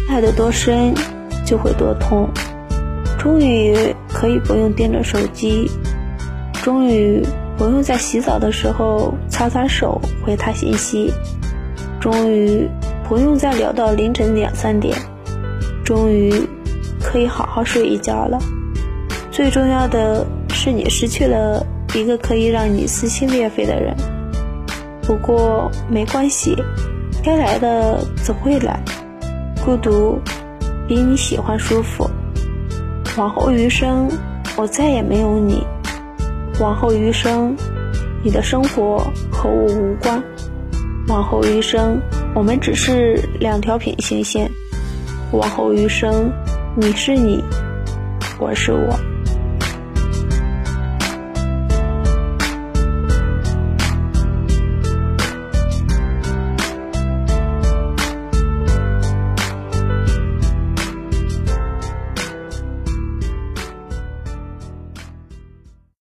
爱得多深就会多痛。终于可以不用盯着手机，终于不用在洗澡的时候擦擦手回他信息，终于不用再聊到凌晨2、3点，终于可以好好睡一觉了。最重要的是你失去了一个可以让你撕心裂肺的人。不过没关系，该来的总会来，孤独比你喜欢舒服。往后余生我再也没有你，往后余生你的生活和我无关，往后余生我们只是2条平行线，往后余生你是你，我是我。